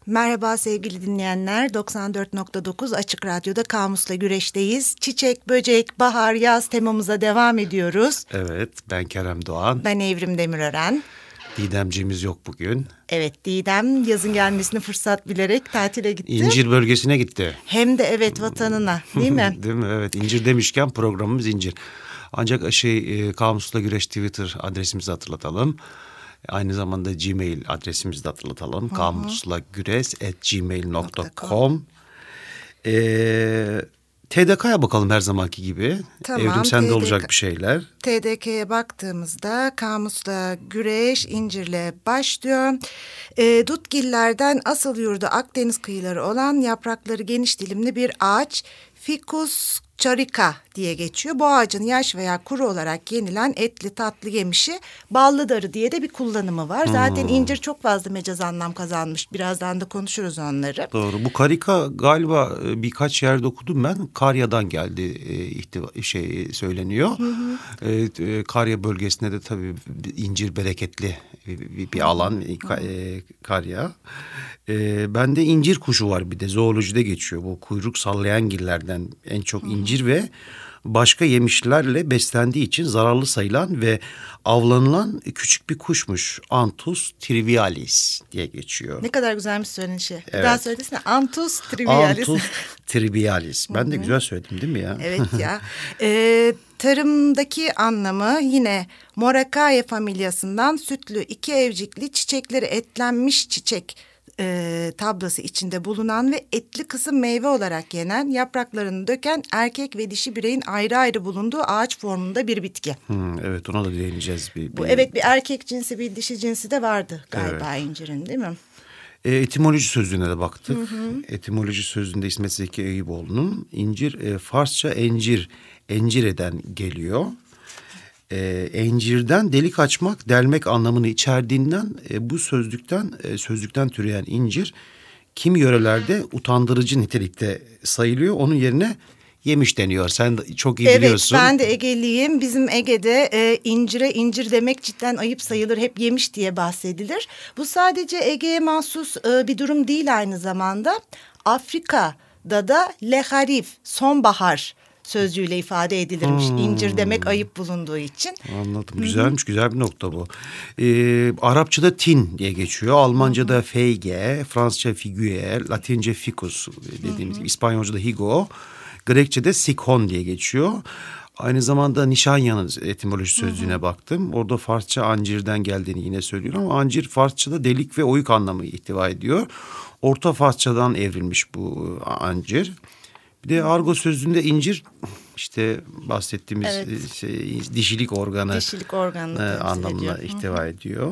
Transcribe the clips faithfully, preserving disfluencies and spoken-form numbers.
Merhaba sevgili dinleyenler. doksan dört nokta dokuz Açık Radyo'da Kamus'la Güreş'teyiz. Çiçek, böcek, bahar, yaz temamıza devam ediyoruz. Evet, ben Kerem Doğan. Ben Evrim Demirören. Didemciğimiz yok bugün. Evet, Didem yazın gelmesini fırsat bilerek tatile gitti. İncir bölgesine gitti. Hem de evet vatanına, değil mi? Değil mi? Evet, İncir demişken programımız İncir. Ancak şey Kamus'la Güreş Twitter adresimizi hatırlatalım. Aynı zamanda Gmail adresimizi de hatırlatalım. kamuslagüres at gmail nokta com. Eee... T D K'ya bakalım her zamanki gibi. Tamam, Evrim sende T D K olacak bir şeyler. T D K'ye baktığımızda Kamus'la Güreş İncir'le başlıyor. E, Dutgillerden asıl yurdu Akdeniz kıyıları olan yaprakları geniş dilimli bir ağaç Ficus carica diye geçiyor. Bu ağacın yaş veya kuru olarak yenilen etli tatlı yemişi ballıdarı diye de bir kullanımı var. Zaten Hmm. incir çok fazla mecaz anlam kazanmış. Birazdan da konuşuruz onları. Doğru. Bu karika galiba birkaç yerde okudum ben. Karya'dan geldi e, ihtiva, şey söyleniyor. Hı hı. E, Karya bölgesinde de tabii incir bereketli bir, bir alan e, Karya. E, bende incir kuşu var bir de zoolojide geçiyor. Bu kuyruk sallayan gillerden en çok incir incir ve başka yemişlerle beslendiği için zararlı sayılan ve avlanılan küçük bir kuşmuş. Anthus trivialis diye geçiyor. Ne kadar güzelmiş söylenişi. Evet. Bir daha söylesene. Anthus trivialis. Anthus trivialis. Ben de güzel söyledim değil mi ya? Evet ya. Ee, tarımdaki anlamı yine Moraceae familyasından sütlü iki evcikli çiçekleri etlenmiş çiçek E, tablası içinde bulunan ve etli kısım meyve olarak yenen, yapraklarını döken erkek ve dişi bireyin ayrı ayrı bulunduğu ağaç formunda bir bitki. Hmm, evet, ona da değineceğiz. Bir, bir... Bu evet, bir erkek cinsi bir dişi cinsi de vardı galiba evet. İncirin, değil mi? E, etimoloji sözlüğüne de baktık. Hı hı. Etimoloji sözlüğünde İsmet Zeki Eyüboğlu'nun incir e, Farsça encir, encireden geliyor. E, encirden delik açmak, delmek anlamını içerdiğinden e, bu sözlükten e, sözlükten türeyen incir kimi yörelerde utandırıcı nitelikte sayılıyor. Onun yerine yemiş deniyor. Sen de çok iyi evet, biliyorsun. Evet, ben de Ege'liyim. Bizim Ege'de e, incire incir demek cidden ayıp sayılır. Hep yemiş diye bahsedilir. Bu sadece Ege'ye mahsus e, bir durum değil aynı zamanda. Afrika'da da leharif, sonbahar sözcüğüyle ifade edilirmiş. Hmm. İncir demek ayıp bulunduğu için. Anladım. Güzelmiş. Hı-hı. Güzel bir nokta bu. Ee, Arapçada tin diye geçiyor. Almanca'da Hı-hı. feige, Fransızca figue, Latince ficus dediğimiz gibi. İspanyolca'da higo, Grekçe'de sikon diye geçiyor. Aynı zamanda Nişanyan'ın etimoloji sözlüğüne Hı-hı. baktım. Orada Farsça ancirden geldiğini yine söylüyor ama ancir Farsçada delik ve oyuk anlamı ihtiva ediyor. Orta Farsçadan evrilmiş bu ancir. Bir de argo sözlüğünde incir işte bahsettiğimiz evet. şey, dişilik organı dişilik organı anlamına ihtiva ediyor.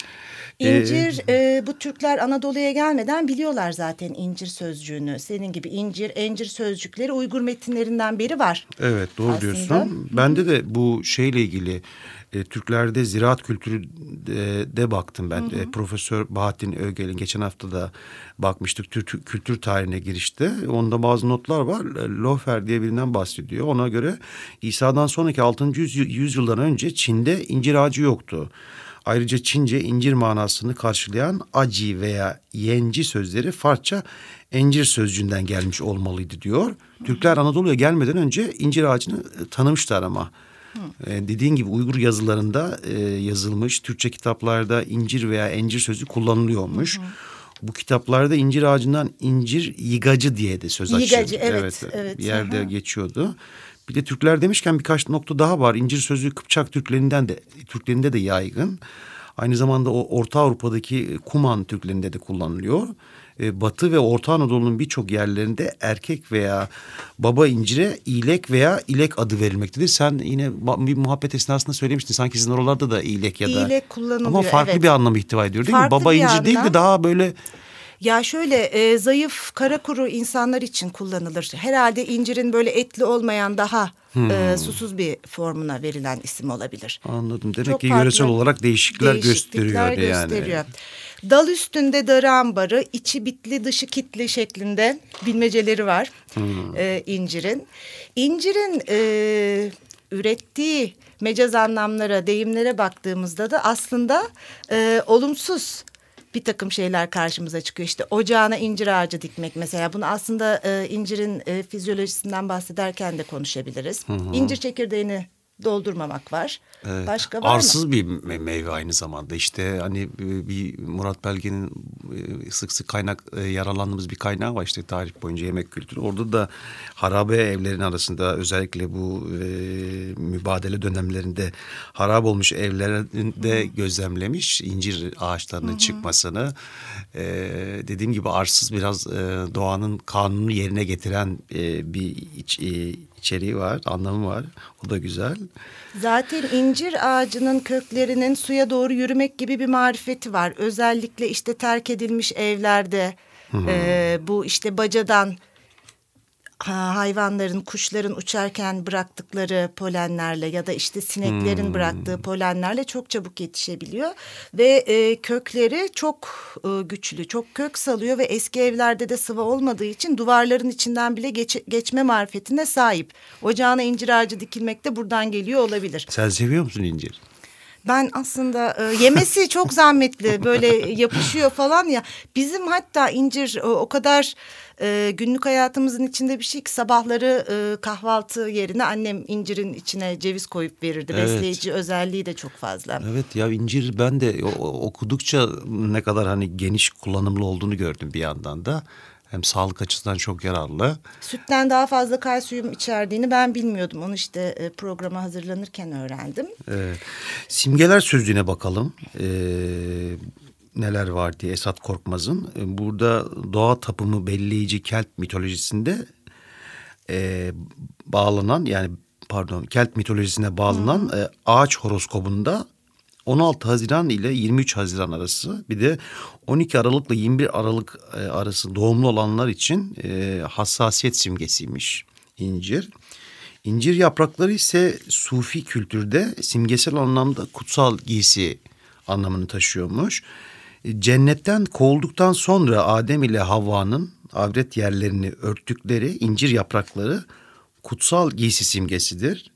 İncir ee, e, bu Türkler Anadolu'ya gelmeden biliyorlar zaten incir sözcüğünü. Senin gibi incir, encir sözcükleri Uygur metinlerinden beri var. Evet, doğru aslında diyorsun. Bende de bu şeyle ilgili e, Türklerde ziraat kültürü de, de baktım ben. Hı hı. E, Profesör Bahattin Ögel'in geçen hafta da bakmıştık kültür, kültür tarihine girişte. Onda bazı notlar var. Lofer diye birinden bahsediyor. Ona göre İsa'dan sonraki altıncı yüzyıldan önce Çin'de incir ağacı yoktu. Ayrıca Çince incir manasını karşılayan aci veya yenci sözleri Farsça encir sözcüğünden gelmiş olmalıydı diyor. Türkler Anadolu'ya gelmeden önce incir ağacını tanımışlar ama. Ee, dediğin gibi Uygur yazılarında e, yazılmış Türkçe kitaplarda incir veya encir sözü kullanılıyormuş. Hı hı. Bu kitaplarda incir ağacından incir yigacı diye de söz açıyor. Yigacı, evet, evet, evet. Bir yerde Aha. geçiyordu. Bir de Türkler demişken birkaç nokta daha var. İncir sözü Kıpçak Türklerinden de Türklerinde de yaygın. Aynı zamanda o Orta Avrupa'daki Kuman Türklerinde de kullanılıyor. Ee, Batı ve Orta Anadolu'nun birçok yerlerinde erkek veya baba incire ilek veya ilek adı verilmektedir. Sen yine bir muhabbet esnasında söylemiştin. Sanki sizin oralarda da ilek ya da. İlek kullanılıyor. Ama farklı evet. bir anlam ihtiva ediyor değil farklı mi? Baba incir anlam. değil de daha böyle. Ya şöyle e, zayıf kara kuru insanlar için kullanılır. Herhalde incirin böyle etli olmayan daha hmm. e, susuz bir formuna verilen isim olabilir. Anladım. Demek Çok ki yöresel olarak değişiklikler, değişiklikler gösteriyor. gösteriyor. Yani. Dal üstünde darı ambarı, içi bitli dışı kitli şeklinde bilmeceleri var hmm. e, incirin. İncirin e, ürettiği mecaz anlamlara, deyimlere baktığımızda da aslında e, olumsuz bir takım şeyler karşımıza çıkıyor. İşte ocağına incir ağacı dikmek mesela. Bunu aslında e, incirin e, fizyolojisinden bahsederken de konuşabiliriz. Hı hı. İncir çekirdeğini doldurmamak var. Evet. Başka var Arsız mı? bir me- meyve aynı zamanda. İşte hani bir Murat Belge'nin sık sık kaynak yaralandığımız bir kaynağı var işte tarih boyunca yemek kültürü. Orada da harabe evlerin arasında özellikle bu e, mübadele dönemlerinde harap olmuş evlerinde hmm. gözlemlemiş incir ağaçlarının hmm. çıkmasını. E, dediğim gibi arsız biraz e, doğanın kanunu yerine getiren e, bir iç, e, içeriği var, anlamı var. O da güzel. Zaten incir ağacının köklerinin suya doğru yürümek gibi bir marifeti var. Özellikle işte terk edilmiş evlerde e, bu işte bacadan ha, hayvanların, kuşların uçarken bıraktıkları polenlerle ya da işte sineklerin hmm. bıraktığı polenlerle çok çabuk yetişebiliyor. Ve e, kökleri çok e, güçlü, çok kök salıyor ve eski evlerde de sıva olmadığı için duvarların içinden bile geç, geçme marifetine sahip. Ocağına incir ağacı dikilmek de buradan geliyor olabilir. Sen seviyor musun incir? Ben aslında e, yemesi çok zahmetli, böyle yapışıyor falan ya. Bizim hatta incir o, o kadar e, günlük hayatımızın içinde bir şey ki sabahları e, kahvaltı yerine annem incirin içine ceviz koyup verirdi. Evet. Besleyici özelliği de çok fazla. Evet ya, incir ben de o, okudukça ne kadar hani geniş kullanımlı olduğunu gördüm bir yandan da. Hem sağlık açısından çok yararlı. Sütten daha fazla kalsiyum içerdiğini ben bilmiyordum. Onu işte programa hazırlanırken öğrendim. Evet. Simgeler sözlüğüne bakalım. Ee, neler var diye Esat Korkmaz'ın. Burada doğa tapımı belleyici Kelt mitolojisinde e, bağlanan yani pardon Kelt mitolojisine bağlanan e, ağaç horoskobunda on altı Haziran ile yirmi üç Haziran arası, bir de on iki Aralık ile yirmi bir Aralık arası doğumlu olanlar için e, hassasiyet simgesiymiş incir. İncir yaprakları ise Sufi kültürde simgesel anlamda kutsal giysi anlamını taşıyormuş. Cennetten kovulduktan sonra Adem ile Havva'nın avret yerlerini örttükleri incir yaprakları kutsal giysi simgesidir.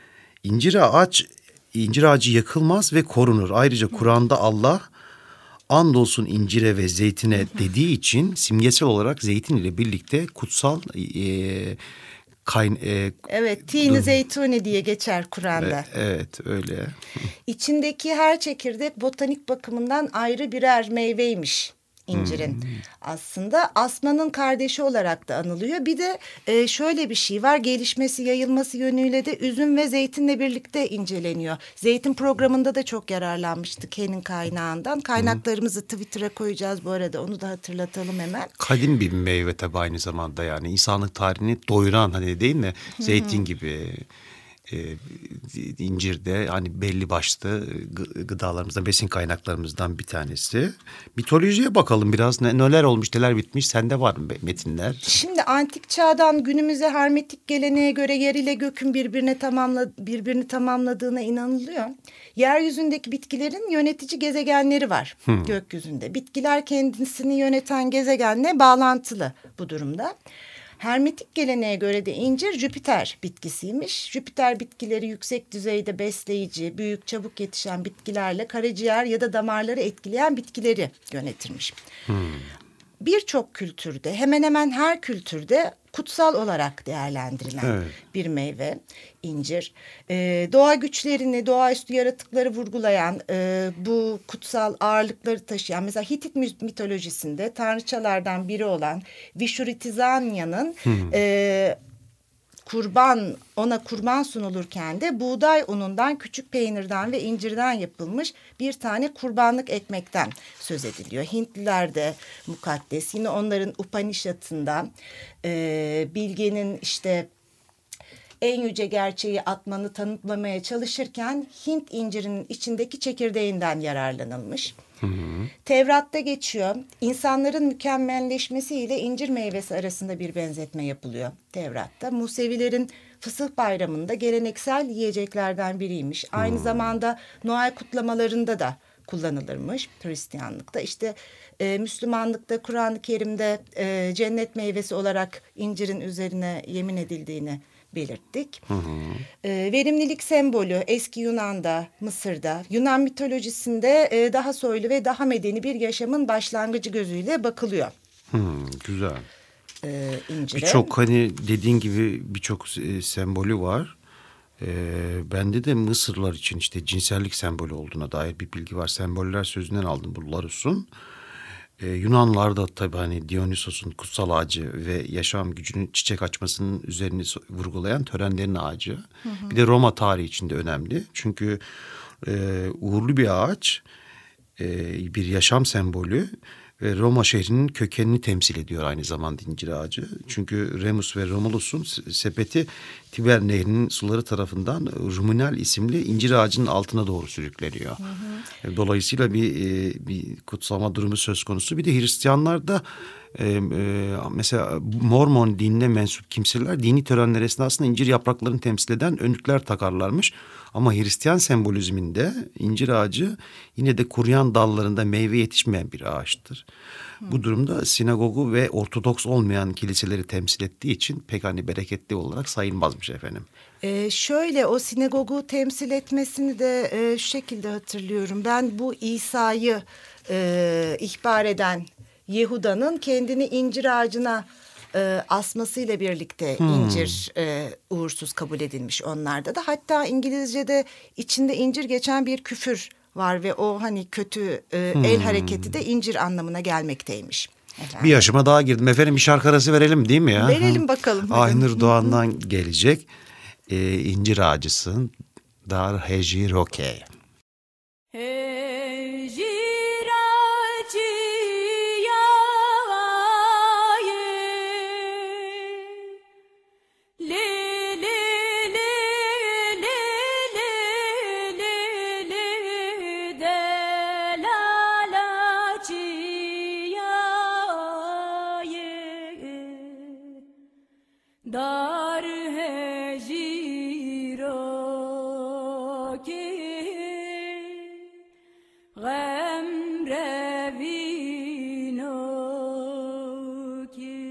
İncir ağaç İncir ağacı yakılmaz ve korunur. Ayrıca Kur'an'da Allah andolsun incire ve zeytine dediği için simgesel olarak zeytin ile birlikte kutsal e, kayn... E, evet, tini zeytuni diye geçer Kur'an'da. E, evet, öyle. İçindeki her çekirdek botanik bakımından ayrı birer meyveymiş incirin. Hmm. Aslında asmanın kardeşi olarak da anılıyor. Bir de e, şöyle bir şey var. Gelişmesi, yayılması yönüyle de üzüm ve zeytinle birlikte inceleniyor. Zeytin programında da çok yararlanmıştık Ken'in kaynağından. Kaynaklarımızı Twitter'a koyacağız bu arada. Onu da hatırlatalım hemen. Kadim bir meyve tabii aynı zamanda, yani insanlık tarihini doyuran, hani değil mi? Zeytin hmm. gibi. E, incir de hani belli başlı gıdalarımızdan, besin kaynaklarımızdan bir tanesi. Mitolojiye bakalım biraz, ne, neler olmuş, neler bitmiş, sende var mı metinler? Şimdi antik çağdan günümüze hermetik geleneğe göre yer ile gökün birbirine tamamla, birbirini tamamladığına inanılıyor. Yeryüzündeki bitkilerin yönetici gezegenleri var hmm. gökyüzünde. Bitkiler kendisini yöneten gezegenle bağlantılı bu durumda. Hermetik geleneğe göre de incir Jüpiter bitkisiymiş. Jüpiter bitkileri yüksek düzeyde besleyici, büyük, çabuk yetişen bitkilerle karaciğer ya da damarları etkileyen bitkileri yönetirmiş. Hmm. Birçok kültürde, hemen hemen her kültürde kutsal olarak değerlendirilen evet. bir meyve incir. Ee, doğa güçlerini, doğaüstü yaratıkları vurgulayan, e, bu kutsal ağırlıkları taşıyan, mesela Hitit mitolojisinde tanrıçalardan biri olan Vişuritizanya'nın hmm. e, kurban, ona kurban sunulurken de buğday unundan, küçük peynirden ve incirden yapılmış bir tane kurbanlık ekmekten söz ediliyor. Hintliler de mukaddes, yine onların Upanishad'ında e, bilgenin işte en yüce gerçeği atmanı tanıtlamaya çalışırken Hint incirinin içindeki çekirdeğinden yararlanılmış. Hı hı. Tevrat'ta geçiyor. İnsanların mükemmelleşmesiyle incir meyvesi arasında bir benzetme yapılıyor Tevrat'ta. Musevilerin Fısıh Bayramı'nda geleneksel yiyeceklerden biriymiş. Hı. Aynı zamanda Noel kutlamalarında da kullanılırmış Hristiyanlıkta. İşte e, Müslümanlıkta, Kur'an-ı Kerim'de e, cennet meyvesi olarak incirin üzerine yemin edildiğini belirttik. Hı hı. E, verimlilik sembolü eski Yunan'da, Mısır'da, Yunan mitolojisinde e, daha soylu ve daha medeni bir yaşamın başlangıcı gözüyle bakılıyor. Hmm, güzel. E, incire. Birçok hani dediğin gibi birçok e, sembolü var. E, bende de Mısırlar için işte cinsellik sembolü olduğuna dair bir bilgi var. Semboller sözünden aldım bu Larus'un. E, Yunanlarda tabii hani Dionysos'un kutsal ağacı ve yaşam gücünün çiçek açmasının üzerini vurgulayan törenlerin ağacı. Hı hı. Bir de Roma tarihi için de önemli. Çünkü e, uğurlu bir ağaç, e, bir yaşam sembolü ve Roma şehrinin kökenini temsil ediyor aynı zamanda incir ağacı. Çünkü Remus ve Romulus'un sepeti Tiber Nehri'nin suları tarafından Ruminal isimli incir ağacının altına doğru sürükleniyor. Hı hı. Dolayısıyla bir, bir kutsama durumu söz konusu. Bir de Hristiyanlarda e, e, mesela Mormon dinine mensup kimseler dini törenler esnasında incir yapraklarını temsil eden önlükler takarlarmış. Ama Hristiyan sembolizminde incir ağacı yine de kuruyan dallarında meyve yetişmeyen bir ağaçtır. Hmm. Bu durumda sinagogu ve Ortodoks olmayan kiliseleri temsil ettiği için pek hani bereketli olarak sayılmazmış efendim. Ee, şöyle o sinagogu temsil etmesini de e, şu şekilde hatırlıyorum. Ben bu İsa'yı e, ihbar eden Yehuda'nın kendini incir ağacına e, asmasıyla birlikte hmm. incir e, uğursuz kabul edilmiş onlarda da. Hatta İngilizce'de içinde incir geçen bir küfür var ve o hani kötü e, hmm. el hareketi de incir anlamına gelmekteymiş. Efendim. Bir yaşıma daha girdim efendim, bir şarkı arası verelim değil mi ya? Verelim bakalım. Aynur Doğan'dan gelecek e, incir ağacısın Dar Heci Roke. Dar hejiro ki gem revino ki.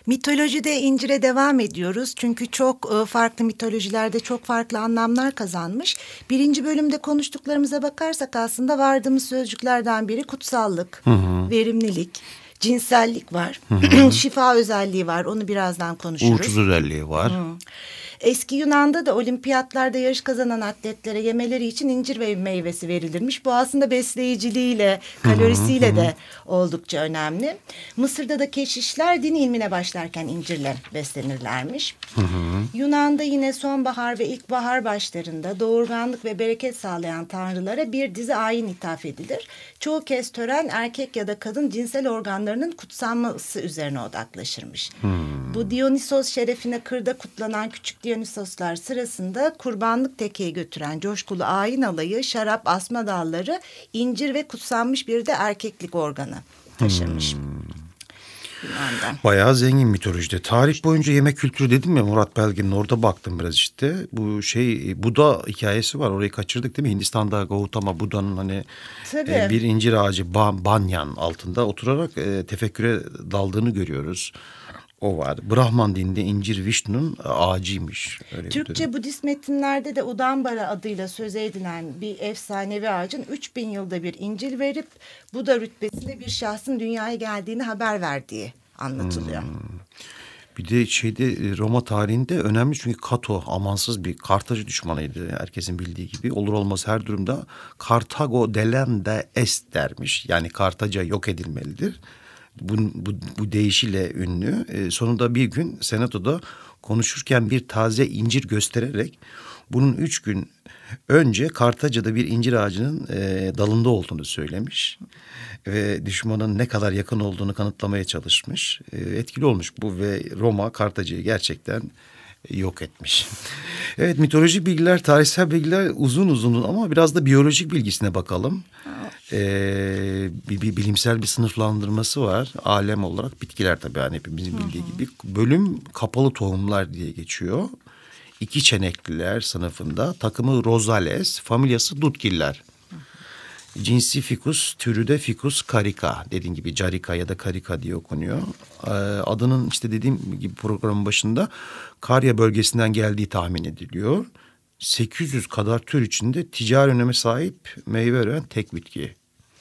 Mitolojide incire devam ediyoruz. Çünkü çok e, farklı mitolojilerde çok farklı anlamlar kazanmış. Birinci bölümde konuştuklarımıza bakarsak aslında vardığımız sözcüklerden biri kutsallık, hı hı. verimlilik, cinsellik var. Hı hı. Şifa özelliği var. Onu birazdan konuşuruz. Uğursuz özelliği var. Hı. Eski Yunan'da da olimpiyatlarda yarış kazanan atletlere yemeleri için incir ve meyvesi verilirmiş. Bu aslında besleyiciliğiyle, kalorisiyle hı hı. de oldukça önemli. Mısır'da da keşişler din ilmine başlarken incirle beslenirlermiş. Hı hı. Yunan'da yine sonbahar ve ilkbahar başlarında doğurganlık ve bereket sağlayan tanrılara bir dizi ayin ithaf edilir. Çoğu kez tören erkek ya da kadın cinsel organlarının kutsanması üzerine odaklaşırmış. Hı. Bu Dionysos şerefine kırda kutlanan küçük Dionysoslar sırasında kurbanlık tekeyi götüren coşkulu ayin alayı, şarap, asma dalları, incir ve kutsanmış bir de erkeklik organı taşırmış. Hmm. Bayağı zengin mitolojide. Tarih boyunca yemek kültürü dedim ya, Murat Belge'nin, orada baktım biraz işte. Bu şey Buda hikayesi var, orayı kaçırdık değil mi? Hindistan'da Gautama Buda'nın hani e, bir incir ağacı ban, banyan altında oturarak e, tefekküre daldığını görüyoruz. O var. Brahman dininde incir Vishnu'nun ağacıymış. Öyle Türkçe Budist metinlerde de Udambara adıyla söz edilen bir efsanevi ağacın üç bin yılda bir incir verip Buda rütbesinde bir şahsın dünyaya geldiğini haber verdiği anlatılıyor. Hmm. Bir de şeyde Roma tarihinde önemli, çünkü Kato amansız bir Kartaca düşmanıydı, herkesin bildiği gibi. Olur olmaz her durumda Kartago delende est dermiş. Yani Kartaca yok edilmelidir. Bu, bu, bu deyişiyle ünlü. E, sonunda bir gün senatoda konuşurken bir taze incir göstererek bunun üç gün önce Kartaca'da bir incir ağacının e, dalında olduğunu söylemiş. Ve düşmanın ne kadar yakın olduğunu kanıtlamaya çalışmış. E, etkili olmuş bu ve Roma Kartaca'yı gerçekten yok etmiş. Evet, mitolojik bilgiler, tarihsel bilgiler uzun uzun ama biraz da biyolojik bilgisine bakalım. Ee, bir, bir bilimsel bir sınıflandırması var. Alem olarak bitkiler tabii, hani hepimizin bildiği hı hı. gibi. Bölüm kapalı tohumlar diye geçiyor. İki çenekliler sınıfında, takımı Rosales, familyası dutgiller. Cinsi Ficus, türü de Ficus carica. Dediğim gibi carica ya da carica diye okunuyor. Ee, adının işte dediğim gibi programın başında Karya bölgesinden geldiği tahmin ediliyor. sekiz yüz kadar tür içinde ticari öneme sahip meyve veren tek bitki.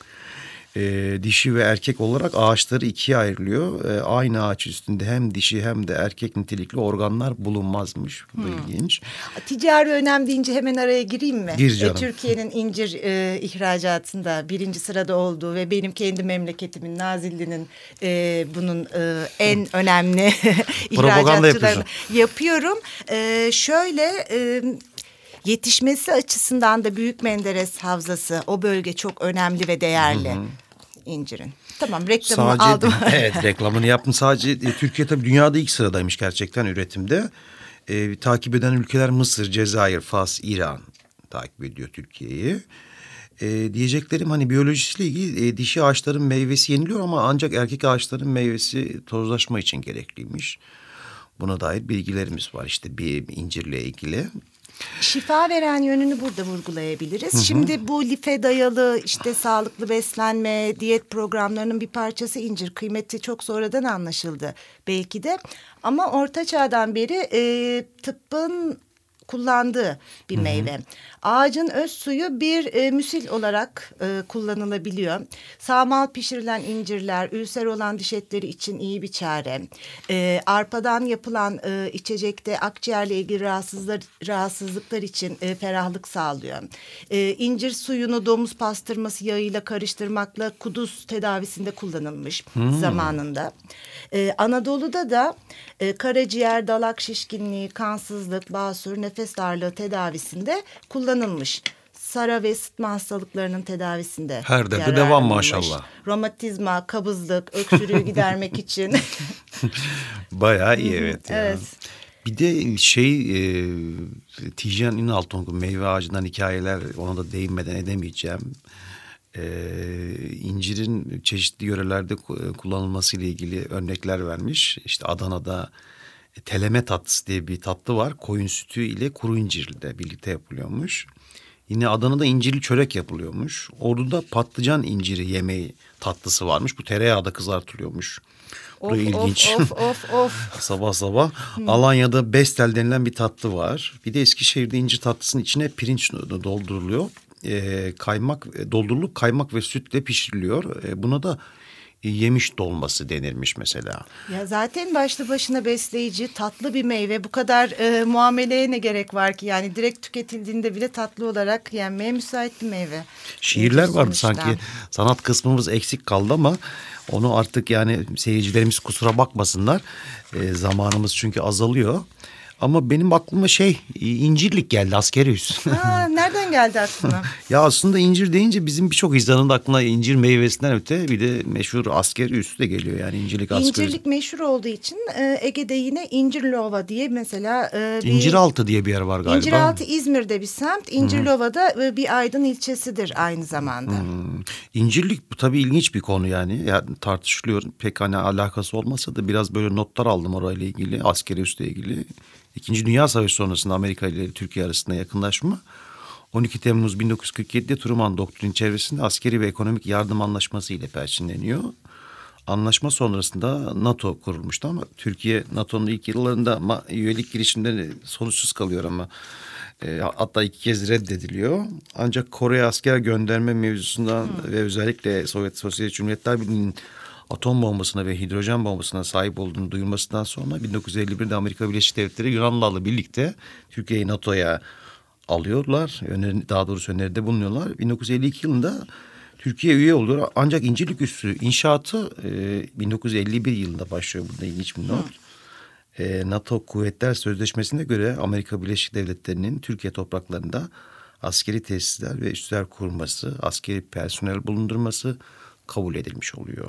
Ee, dişi ve erkek olarak ağaçları ikiye ayrılıyor. Ee, aynı ağaç üstünde hem dişi hem de erkek nitelikli organlar bulunmazmış. Bu hmm. ilginç. Ticari önem deyince hemen araya gireyim mi? Gir canım. E, Türkiye'nin incir e, ihracatında birinci sırada olduğu ve benim kendi memleketimin Nazilli'nin e, bunun e, en önemli ihracatçılarını yapıyorum. E, şöyle... E, Yetişmesi açısından da Büyük Menderes Havzası, o bölge çok önemli ve değerli hı hı. incirin. Tamam, reklamını sadece, aldım. Evet, reklamını yaptım. Sadece e, Türkiye tabii dünyada ilk sıradaymış gerçekten üretimde. E, takip eden ülkeler Mısır, Cezayir, Fas, İran takip ediyor Türkiye'yi. E, diyeceklerim hani biyolojisiyle ilgili e, dişi ağaçların meyvesi yeniliyor ama ancak erkek ağaçların meyvesi tozlaşma için gerekliymiş. Buna dair bilgilerimiz var işte bir incirle ilgili. Şifa veren yönünü burada vurgulayabiliriz. Hı hı. Şimdi bu life dayalı işte sağlıklı beslenme, diyet programlarının bir parçası incir. Kıymeti çok sonradan anlaşıldı belki de. Ama Orta Çağ'dan beri e, tıbbın kullandığı bir Hı-hı. meyve. Ağacın öz suyu bir e, müsil olarak e, kullanılabiliyor. Sağmal pişirilen incirler, ülser olan diş etleri için iyi bir çare. E, arpadan yapılan e, içecekte akciğerle ilgili rahatsızlar, rahatsızlıklar için e, ferahlık sağlıyor. E, incir suyunu domuz pastırması yağıyla karıştırmakla kuduz tedavisinde kullanılmış hmm. zamanında. E, Anadolu'da da e, karaciğer, dalak şişkinliği, kansızlık, basur, nefes darlığı tedavisinde kullanılmış. Sara ve sıtma hastalıklarının tedavisinde her derde devam maşallah. Romatizma, kabızlık, öksürüğü gidermek için. Bayağı iyi evet. Ya. Evet. Bir de şey e, Tijen İnaltong meyve ağacından hikayeler, ona da değinmeden edemeyeceğim. E, incirin çeşitli yörelerde kullanılması ile ilgili örnekler vermiş. İşte Adana'da teleme tatlısı diye bir tatlı var. Koyun sütü ile kuru incirle birlikte yapılıyormuş. Yine Adana'da incirli çörek yapılıyormuş. Ordu'da patlıcan inciri yemeği tatlısı varmış. Bu tereyağda kızartılıyormuş. Of, Bu da ilginç. of, of, of, of. Sabah sabah. Alanya'da bestel denilen bir tatlı var. Bir de Eskişehir'de incir tatlısının içine pirinç dolduruluyor. E, kaymak doldurulup kaymak ve sütle pişiriliyor. E, buna da yemiş dolması denirmiş mesela. Ya zaten başlı başına besleyici, tatlı bir meyve. Bu kadar e, muameleye ne gerek var ki? Yani direkt tüketildiğinde bile tatlı olarak yenmeye müsait bir meyve. Şiirler İncir vardı sonuçta. sanki. Sanat kısmımız eksik kaldı ama onu artık yani seyircilerimiz kusura bakmasınlar. E, zamanımız çünkü azalıyor. Ama benim aklıma şey incirlik geldi, askeri üs. Aa, nereden geldi aklına? Ya aslında incir deyince bizim birçok insanın da aklına incir meyvesinden öte bir de meşhur askeri üstü de geliyor. Yani incirlik askeri. İncirlik meşhur olduğu için e, Ege'de yine İncirlova diye mesela e, bir... İnciraltı diye bir yer var galiba. İnciraltı İzmir'de bir semt. İncirlova'da e, bir Aydın ilçesidir aynı zamanda. Hmm. İncirlik bu tabii ilginç bir konu yani. Ya, tartışılıyor. Pek hani alakası olmasa da biraz böyle notlar aldım orayla ilgili. Askeri üsle ilgili. İkinci Dünya Savaşı sonrasında Amerika ile Türkiye arasında yakınlaşma. on iki Temmuz bin dokuz yüz kırk yedi'de Truman Doktrini çevresinde askeri ve ekonomik yardım anlaşması ile perçinleniyor. Anlaşma sonrasında NATO kurulmuştu ama Türkiye NATO'nun ilk yıllarında üyelik girişiminde sonuçsuz kalıyor ama e, hatta iki kez reddediliyor. Ancak Kore'ye asker gönderme mevzusundan hmm. ve özellikle Sovyet Sosyalist Cumhuriyetler Birliği'nin atom bombasına ve hidrojen bombasına sahip olduğunu duyurmasından sonra bin dokuz yüz elli bir'de Amerika Birleşik Devletleri Yunanlılarla birlikte Türkiye'yi NATO'ya alıyorlar. Öneri, daha doğrusu öneride bulunuyorlar. bin dokuz yüz elli iki yılında Türkiye üye oluyor. Ancak İncirlik Üssü inşaatı e, bin dokuz yüz elli bir yılında başlıyor. Burada ilginç bir not. E, NATO Kuvvetler Sözleşmesi'ne göre Amerika Birleşik Devletleri'nin Türkiye topraklarında askeri tesisler ve üsler kurması, askeri personel bulundurması kabul edilmiş oluyor.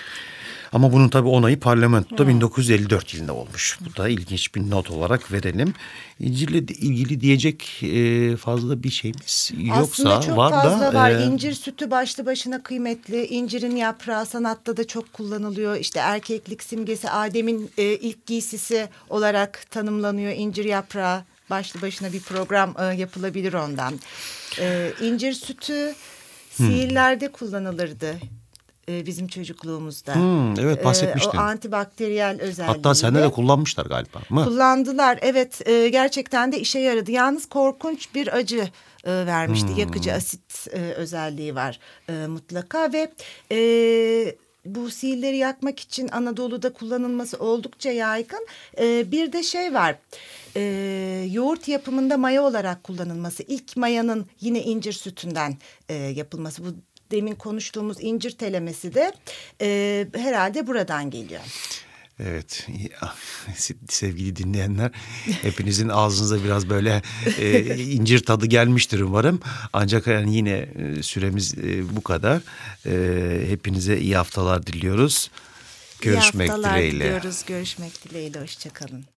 Ama bunun tabii onayı parlamentoda bin dokuz yüz elli dört yılında olmuş. Bu da ilginç bir not olarak verelim. İncirle ilgili diyecek e, fazla bir şeyimiz yoksa Aslında çok var fazla da. var. E, İncir sütü başlı başına kıymetli. İncirin yaprağı sanatta da çok kullanılıyor. İşte erkeklik simgesi, Adem'in e, ilk giysisi olarak tanımlanıyor incir yaprağı. Başlı başına bir program e, yapılabilir ondan. E, incir sütü sihirlerde kullanılırdı. Bizim çocukluğumuzda. Hmm, evet bahsetmiştin. Ee, o antibakteriyel özelliği. Hatta sende de kullanmışlar galiba mı? Kullandılar evet e, gerçekten de işe yaradı. Yalnız korkunç bir acı e, vermişti. Hmm. Yakıcı asit e, özelliği var e, mutlaka ve e, bu sihirleri yakmak için Anadolu'da kullanılması oldukça yaygın. E, bir de şey var. E, yoğurt yapımında maya olarak kullanılması. İlk mayanın yine incir sütünden e, yapılması. Bu demin konuştuğumuz incir telemesi de e, herhalde buradan geliyor. Evet sevgili dinleyenler hepinizin ağzınıza biraz böyle e, incir tadı gelmiştir umarım. Ancak yani yine e, süremiz e, bu kadar. E, hepinize iyi haftalar diliyoruz. Görüşmek iyi haftalar dileğiyle. diliyoruz. Görüşmek dileğiyle. Hoşça kalın.